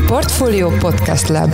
Portfolio Podcast Lab.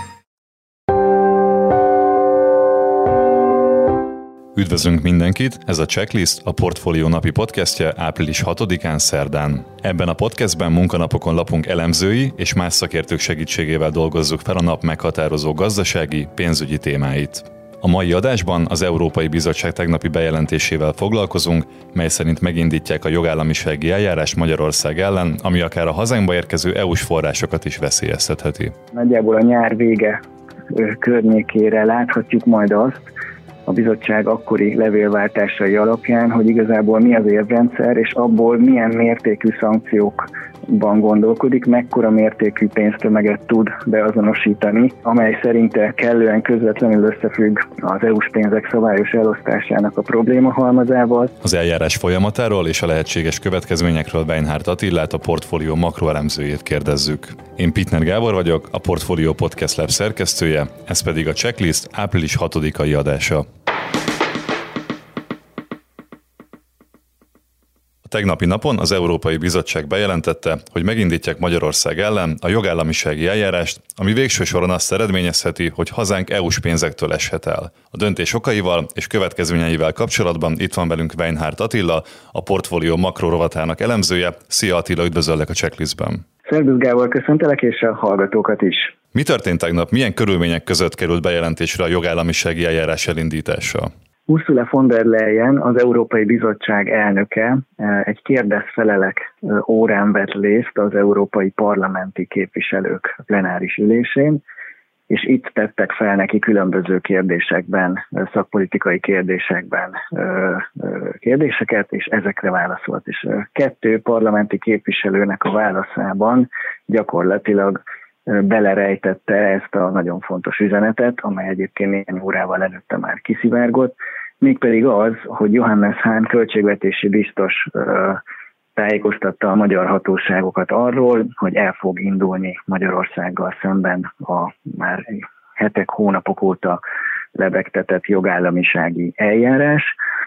Üdvözlünk mindenkit, ez a Checklist, a Portfolio napi podcastje április 6-án szerdán. Ebben a podcastben munkanapokon lapunk elemzői és más szakértők segítségével dolgozzuk fel a nap meghatározó gazdasági, pénzügyi témáit. A mai adásban az Európai Bizottság tegnapi bejelentésével foglalkozunk, mely szerint megindítják a jogállamisági eljárást Magyarország ellen, ami akár a hazánkba érkező EU-s forrásokat is veszélyeztetheti. Nagyjából a nyár vége környékére láthatjuk majd azt, a bizottság akkori levélváltásai alapján, hogy igazából mi az érvrendszer, és abból milyen mértékű szankciókban gondolkodik, mekkora mértékű pénztömeget tud beazonosítani, amely szerinte kellően közvetlenül összefügg az EU-s pénzek szabályos elosztásának a problémahalmazával. Az eljárás folyamatáról és a lehetséges következményekről Weinhardt Attilát, a Portfolio makroelemzőjét kérdezzük. Én Pittner Gábor vagyok, a Portfolio Podcast Lab szerkesztője, ez pedig a Checklist április 6-ai adása. A tegnapi napon az Európai Bizottság bejelentette, hogy megindítják Magyarország ellen a jogállamisági eljárást, ami végső soron azt eredményezheti, hogy hazánk EU-s pénzektől eshet el. A döntés okaival és következményeivel kapcsolatban itt van velünk Weinhardt Attila, a Portfolio makro rovatának elemzője. Szia Attila, üdvözöllek a Checklistben. Szervusz Gábor, köszöntelek, és a hallgatókat is. Mi történt tegnap? Milyen körülmények között került bejelentésre a jogállamisági eljárás elindítása? Ursula von der Leyen, az Európai Bizottság elnöke egy kérdez-felelek órán vett részt az európai parlamenti képviselők plenáris ülésén, és itt tettek fel neki különböző kérdésekben, szakpolitikai kérdésekben kérdéseket, és ezekre válaszolt. És 2 parlamenti képviselőnek a válaszában gyakorlatilag belerejtette ezt a nagyon fontos üzenetet, amely egyébként néhány órával előtte már kiszivárgott, mégpedig az, hogy Johannes Hahn költségvetési biztos tájékoztatta a magyar hatóságokat arról, hogy el fog indulni Magyarországgal szemben a már hetek, hónapok óta lebegtetett jogállamisági eljárás,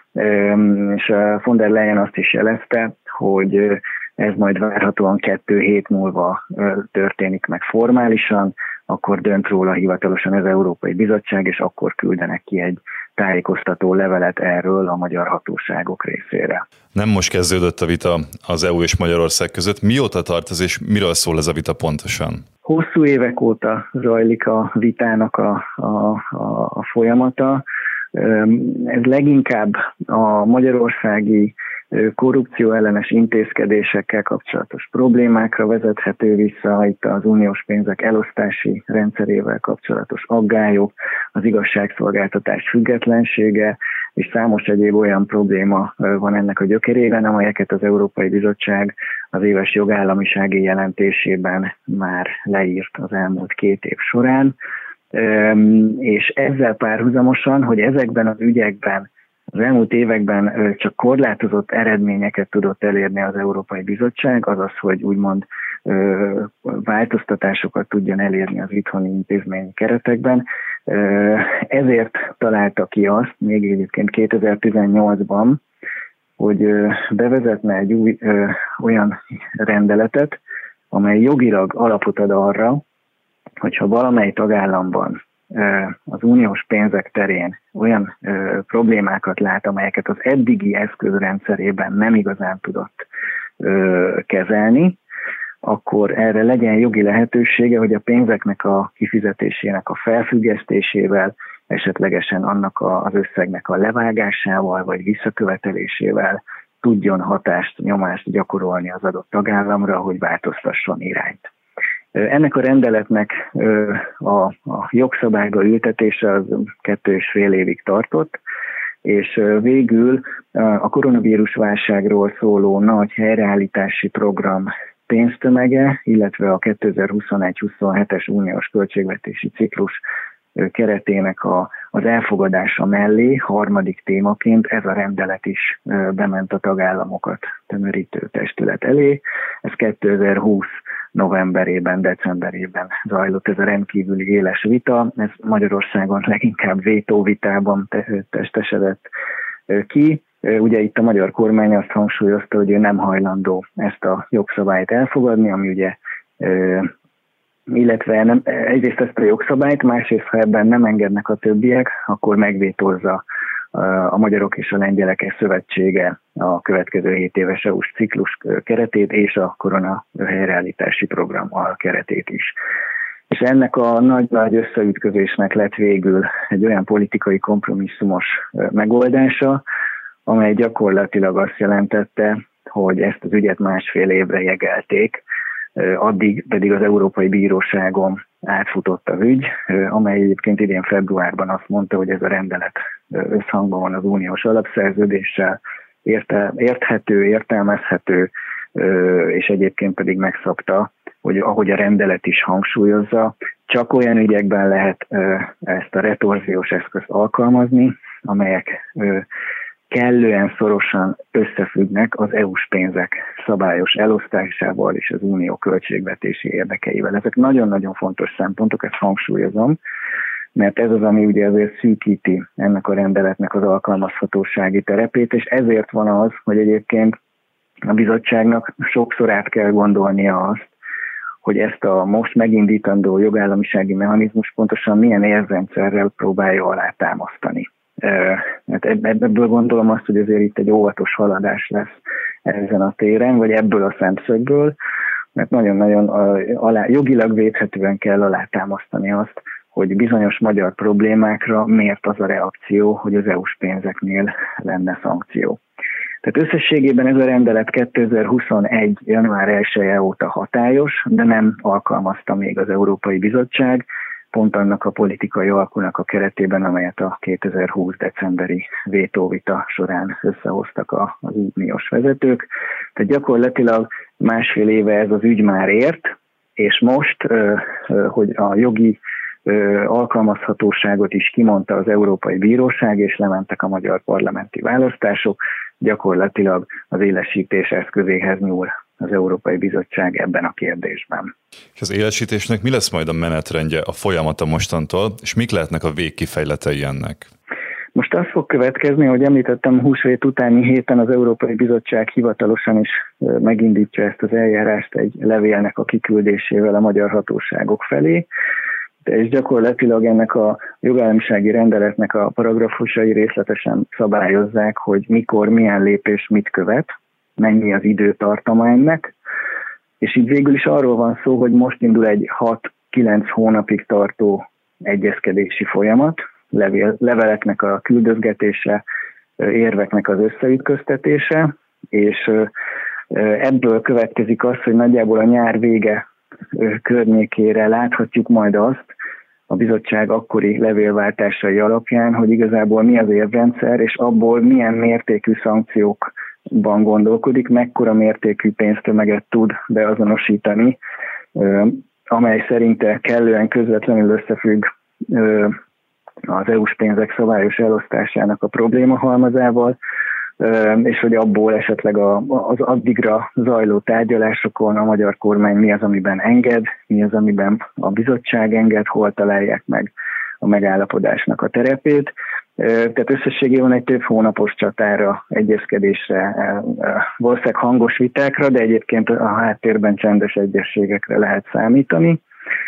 és von der Leyen azt is jelezte, hogy ez majd várhatóan 2 hét múlva történik meg formálisan, akkor dönt róla hivatalosan az Európai Bizottság, és akkor küldenek ki egy tájékoztató levelet erről a magyar hatóságok részére. Nem most kezdődött a vita az EU és Magyarország között. Mióta tart ez, és miről szól ez a vita pontosan? Hosszú évek óta zajlik a vitának a folyamata. Ez leginkább a magyarországi korrupció ellenes intézkedésekkel kapcsolatos problémákra vezethető vissza, itt az uniós pénzek elosztási rendszerével kapcsolatos aggályok, az igazságszolgáltatás függetlensége, és számos egyéb olyan probléma van ennek a gyökerében, amelyeket az Európai Bizottság az éves jogállamisági jelentésében már leírt az elmúlt 2 év során, és ezzel párhuzamosan, hogy ezekben az ügyekben az elmúlt években csak korlátozott eredményeket tudott elérni az Európai Bizottság, azaz, hogy úgymond változtatásokat tudjon elérni az itthoni intézményi keretekben. Ezért találta ki azt, még egyébként 2018-ban, hogy bevezetne egy új olyan rendeletet, amely jogilag alapot ad arra, hogyha valamely tagállamban az uniós pénzek terén olyan problémákat lát, amelyeket az eddigi eszközrendszerében nem igazán tudott kezelni, akkor erre legyen jogi lehetősége, hogy a pénzeknek a kifizetésének a felfüggesztésével, esetlegesen annak az összegnek a levágásával vagy visszakövetelésével tudjon hatást, nyomást gyakorolni az adott tagállamra, hogy változtasson irányt. Ennek a rendeletnek a jogszabályba ültetése az 2,5 évig tartott, és végül a koronavírus válságról szóló nagy helyreállítási program pénztömege, illetve a 2021-27-es uniós költségvetési ciklus keretének az elfogadása mellé harmadik témaként ez a rendelet is bement a tagállamokat tömörítő testület elé. Ez 2020 novemberében, decemberében zajlott ez a rendkívüli éles vita. Ez Magyarországon leginkább vétóvitában testesedett ki. Ugye itt a magyar kormány azt hangsúlyozta, hogy ő nem hajlandó ezt a jogszabályt elfogadni, ami ugye illetve nem, egyrészt ezt a jogszabályt, másrészt ha ebben nem engednek a többiek, akkor megvétózza a Magyarok és a Lengyelek Szövetsége a következő 7 éves EU-s ciklus keretét és a korona helyreállítási program keretét is. És ennek a nagy-nagy összeütközésnek lett végül egy olyan politikai kompromisszumos megoldása, amely gyakorlatilag azt jelentette, hogy ezt az ügyet 1,5 évre jegelték, addig pedig az Európai Bíróságon átfutott az ügy, amely egyébként idén februárban azt mondta, hogy ez a rendelet összhangban van az uniós alapszerződéssel, érthető, értelmezhető, és egyébként pedig megszabta, hogy ahogy a rendelet is hangsúlyozza, csak olyan ügyekben lehet ezt a retorziós eszközt alkalmazni, amelyek kellően szorosan összefüggnek az EU-s pénzek szabályos elosztásával és az unió költségvetési érdekeivel. Ezek nagyon-nagyon fontos szempontok, ezt hangsúlyozom, mert ez az, ami ugye azért szűkíti ennek a rendeletnek az alkalmazhatósági terepét, és ezért van az, hogy egyébként a bizottságnak sokszor át kell gondolnia azt, hogy ezt a most megindítandó jogállamisági mechanizmus pontosan milyen érvrendszerrel próbálja alátámasztani. Ebből gondolom azt, hogy azért itt egy óvatos haladás lesz ezen a téren, vagy ebből a szemszögből, mert nagyon-nagyon jogilag védhetően kell alátámasztani azt, hogy bizonyos magyar problémákra miért az a reakció, hogy az EU-s pénzeknél lenne szankció. Tehát összességében ez a rendelet 2021. január 1-e óta hatályos, de nem alkalmazta még az Európai Bizottság, pont annak a politikai alkunak a keretében, amelyet a 2020. decemberi vétóvita során összehoztak az uniós vezetők. Tehát gyakorlatilag 1,5 éve ez az ügy már ért, és most, hogy a jogi alkalmazhatóságot is kimondta az Európai Bíróság, és lementek a magyar parlamenti választások, gyakorlatilag az élesítés eszközéhez nyúl az Európai Bizottság ebben a kérdésben. És az élesítésnek mi lesz majd a menetrendje, a folyamata mostantól, és mik lehetnek a végkifejletei ennek? Most az fog következni, hogy említettem, húsvét utáni héten az Európai Bizottság hivatalosan is megindítja ezt az eljárást egy levélnek a kiküldésével a magyar hatóságok felé, és gyakorlatilag ennek a jogállamisági rendeletnek a paragrafusai részletesen szabályozzák, hogy mikor, milyen lépés mit követ, mennyi az időtartama ennek, és így végül is arról van szó, hogy most indul egy 6-9 hónapig tartó egyezkedési folyamat, leveleknek a küldözgetése, érveknek az összeütköztetése, és ebből következik az, hogy nagyjából a nyár vége környékére láthatjuk majd azt, a bizottság akkori levélváltásai alapján, hogy igazából mi az érvrendszer, és abból milyen mértékű szankciókban gondolkodik, mekkora mértékű pénztömeget tud beazonosítani, amely szerinte kellően közvetlenül összefügg az EU-s pénzek szabályos elosztásának a problémahalmazával, és hogy abból esetleg az addigra zajló tárgyalásokon a magyar kormány mi az, amiben enged, mi az, amiben a bizottság enged, hol találják meg a megállapodásnak a terepét. Tehát összességében egy több hónapos csatára, egyezkedésre, valószínűleg hangos vitákra, de egyébként a háttérben csendes egyezségekre lehet számítani.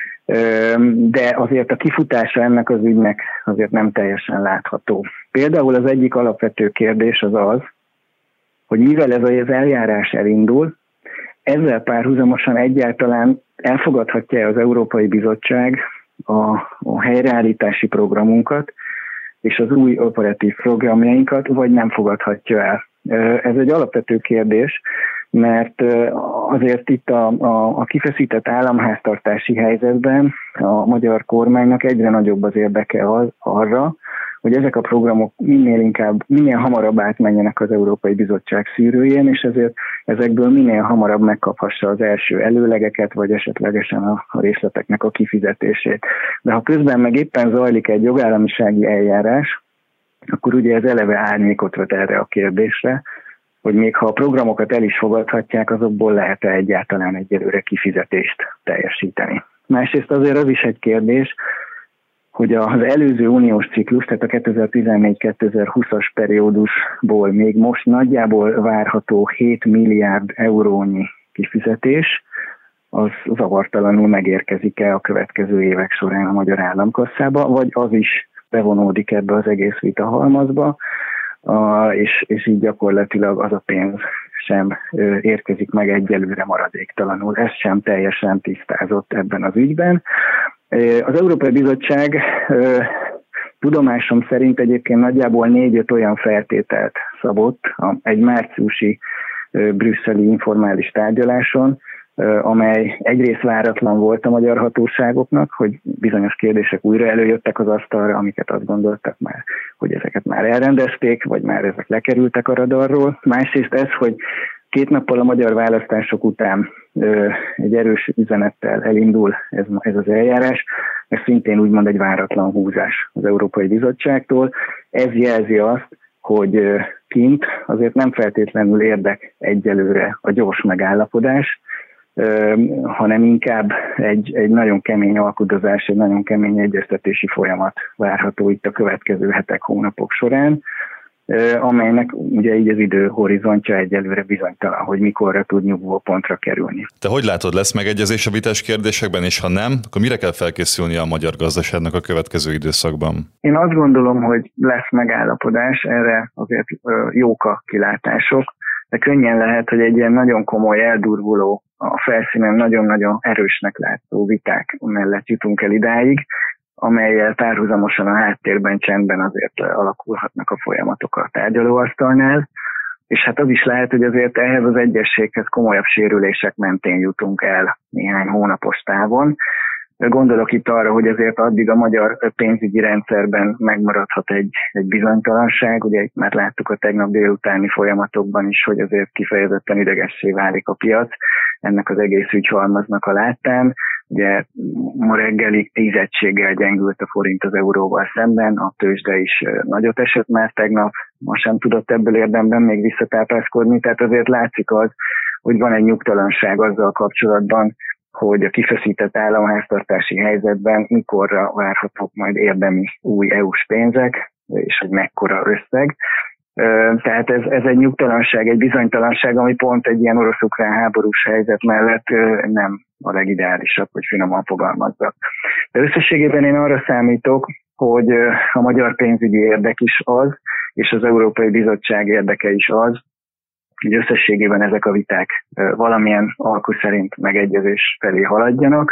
De azért a kifutása ennek az ügynek azért nem teljesen látható. Például az egyik alapvető kérdés az, hogy mivel ez az eljárás elindul, ezzel párhuzamosan egyáltalán elfogadhatja az Európai Bizottság a helyreállítási programunkat és az új operatív programjainkat, vagy nem fogadhatja el. Ez egy alapvető kérdés, mert azért itt a kifeszített államháztartási helyzetben a magyar kormánynak egyre nagyobb az érdeke arra, hogy ezek a programok minél hamarabb átmenjenek az Európai Bizottság szűrőjén, és ezért ezekből minél hamarabb megkaphassa az első előlegeket, vagy esetlegesen a részleteknek a kifizetését. De ha közben meg éppen zajlik egy jogállamisági eljárás, akkor ugye ez eleve árnyékot vet erre a kérdésre, hogy még ha a programokat el is fogadhatják, azokból lehet-e egyáltalán egyelőre kifizetést teljesíteni. Másrészt azért az is egy kérdés, hogy az előző uniós ciklus, tehát a 2014-2020-as periódusból még most nagyjából várható 7 milliárd eurónyi kifizetés, az zavartalanul megérkezik-e a következő évek során a magyar államkasszába, vagy az is bevonódik ebbe az egész vita halmazba, és így gyakorlatilag az a pénz sem érkezik meg egyelőre maradéktalanul. Ez sem teljesen tisztázott ebben az ügyben. Az Európai Bizottság tudomásom szerint egyébként nagyjából 4-5 olyan feltételt szabott egy márciusi brüsszeli informális tárgyaláson, amely egyrészt váratlan volt a magyar hatóságoknak, hogy bizonyos kérdések újra előjöttek az asztalra, amiket azt gondoltak már, hogy ezeket már elrendezték, vagy már ezek lekerültek a radarról. Másrészt ez, hogy 2 nappal a magyar választások után egy erős üzenettel elindul ez az eljárás, ez szintén úgymond egy váratlan húzás az Európai Bizottságtól. Ez jelzi azt, hogy kint azért nem feltétlenül érdek egyelőre a gyors megállapodás, hanem inkább egy nagyon kemény alkudozás, egy nagyon kemény egyeztetési folyamat várható itt a következő hetek, hónapok során, amelynek ugye így az időhorizontja egyelőre bizonytalan, hogy mikorra tud nyugvó pontra kerülni. Te hogy látod, lesz megegyezés a vitás kérdésekben, és ha nem, akkor mire kell felkészülnie a magyar gazdaságnak a következő időszakban? Én azt gondolom, hogy lesz megállapodás, erre azért jók a kilátások, de könnyen lehet, hogy egy ilyen nagyon komoly, eldurvuló, a felszínen nagyon-nagyon erősnek látszó viták mellett jutunk el idáig, amellyel párhuzamosan a háttérben csendben azért alakulhatnak a folyamatok a tárgyalóasztalnál, és hát az is lehet, hogy azért ehhez az egyességhez komolyabb sérülések mentén jutunk el néhány hónapos távon. Gondolok itt arra, hogy azért addig a magyar pénzügyi rendszerben megmaradhat egy bizonytalanság, ugye itt már láttuk a tegnap délutáni folyamatokban is, hogy azért kifejezetten idegessé válik a piac ennek az egész ügyhalmaznak a láttán. Ugye ma reggelig 10 egységgel gyengült a forint az euróval szemben, a tőzsde is nagyot esett már tegnap, ma sem tudott ebből érdemben még visszatápászkodni, tehát azért látszik az, hogy van egy nyugtalanság azzal kapcsolatban, hogy a kifeszített államháztartási helyzetben mikorra várhatók majd érdemi új EU-s pénzek, és hogy mekkora összeg. Tehát ez egy nyugtalanság, egy bizonytalanság, ami pont egy ilyen orosz-ukrán háborús helyzet mellett nem a legideálisabb, hogy finoman fogalmazzak. De összességében én arra számítok, hogy a magyar pénzügyi érdek is az, és az Európai Bizottság érdeke is az, hogy összességében ezek a viták valamilyen alkú szerint megegyezés felé haladjanak,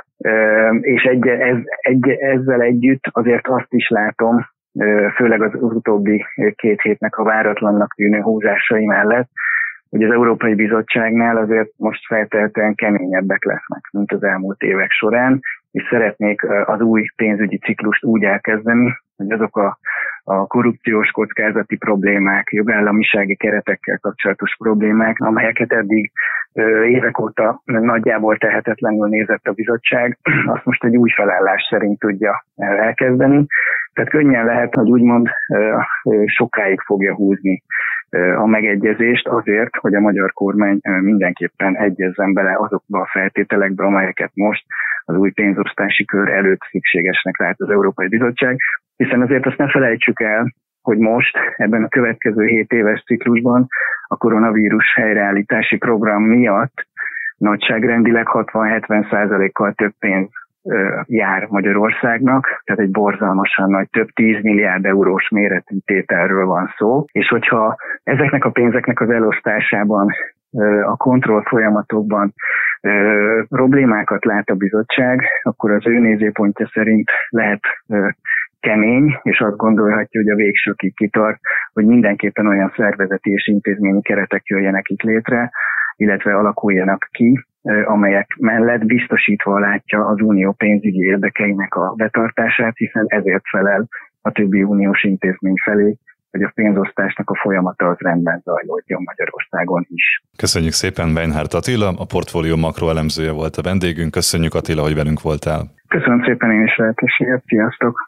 és ezzel együtt azért azt is látom, főleg az utóbbi 2 hétnek a váratlannak tűnő húzásai mellett, hogy az Európai Bizottságnál azért most feltehetően keményebbek lesznek, mint az elmúlt évek során, és szeretnék az új pénzügyi ciklust úgy elkezdeni, hogy azok a korrupciós kockázati problémák, jogállamisági keretekkel kapcsolatos problémák, amelyeket eddig évek óta nagyjából tehetetlenül nézett a bizottság, azt most egy új felállás szerint tudja elkezdeni. Tehát könnyen lehet, hogy úgymond sokáig fogja húzni a megegyezést azért, hogy a magyar kormány mindenképpen egyezzen bele azokba a feltételekbe, amelyeket most az új pénzosztási kör előtt szükségesnek lát az Európai Bizottság, hiszen azért azt ne felejtsük el, hogy most ebben a következő 7 éves ciklusban a koronavírus helyreállítási program miatt nagyságrendileg 60-70%-kal több pénz jár Magyarországnak, tehát egy borzalmasan nagy, több 10 milliárd eurós méretű tételről van szó, és hogyha ezeknek a pénzeknek az elosztásában, a kontroll folyamatokban problémákat lát a bizottság, akkor az ő nézőpontja szerint lehet kemény, és azt gondolhatja, hogy a végsőkig kitart, hogy mindenképpen olyan szervezeti és intézményi keretek jöjjenek itt létre, illetve alakuljanak ki, amelyek mellett biztosítva látja az unió pénzügyi érdekeinek a betartását, hiszen ezért felel a többi uniós intézmény felé, hogy a pénzosztásnak a folyamata az rendben zajlódjon Magyarországon is. Köszönjük szépen, Weinhardt Attila, a Portfolio makroelemzője volt a vendégünk. Köszönjük, Attila, hogy velünk voltál. Köszönöm szépen én is lehetőséget, sziasztok!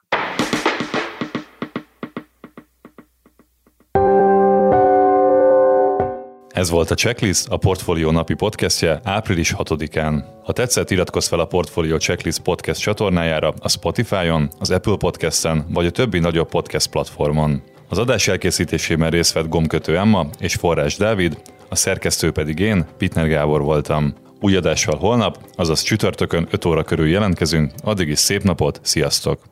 Ez volt a Checklist, a Portfolio napi podcastje április 6-án. Ha tetszett, iratkozz fel a Portfolio Checklist podcast csatornájára a Spotify-on, az Apple Podcast-en vagy a többi nagyobb podcast platformon. Az adás elkészítésében részt vett Gombkötő Emma és Forrás Dávid, a szerkesztő pedig én, Pitner Gábor voltam. Új adással holnap, azaz csütörtökön 5 óra körül jelentkezünk, addig is szép napot, sziasztok!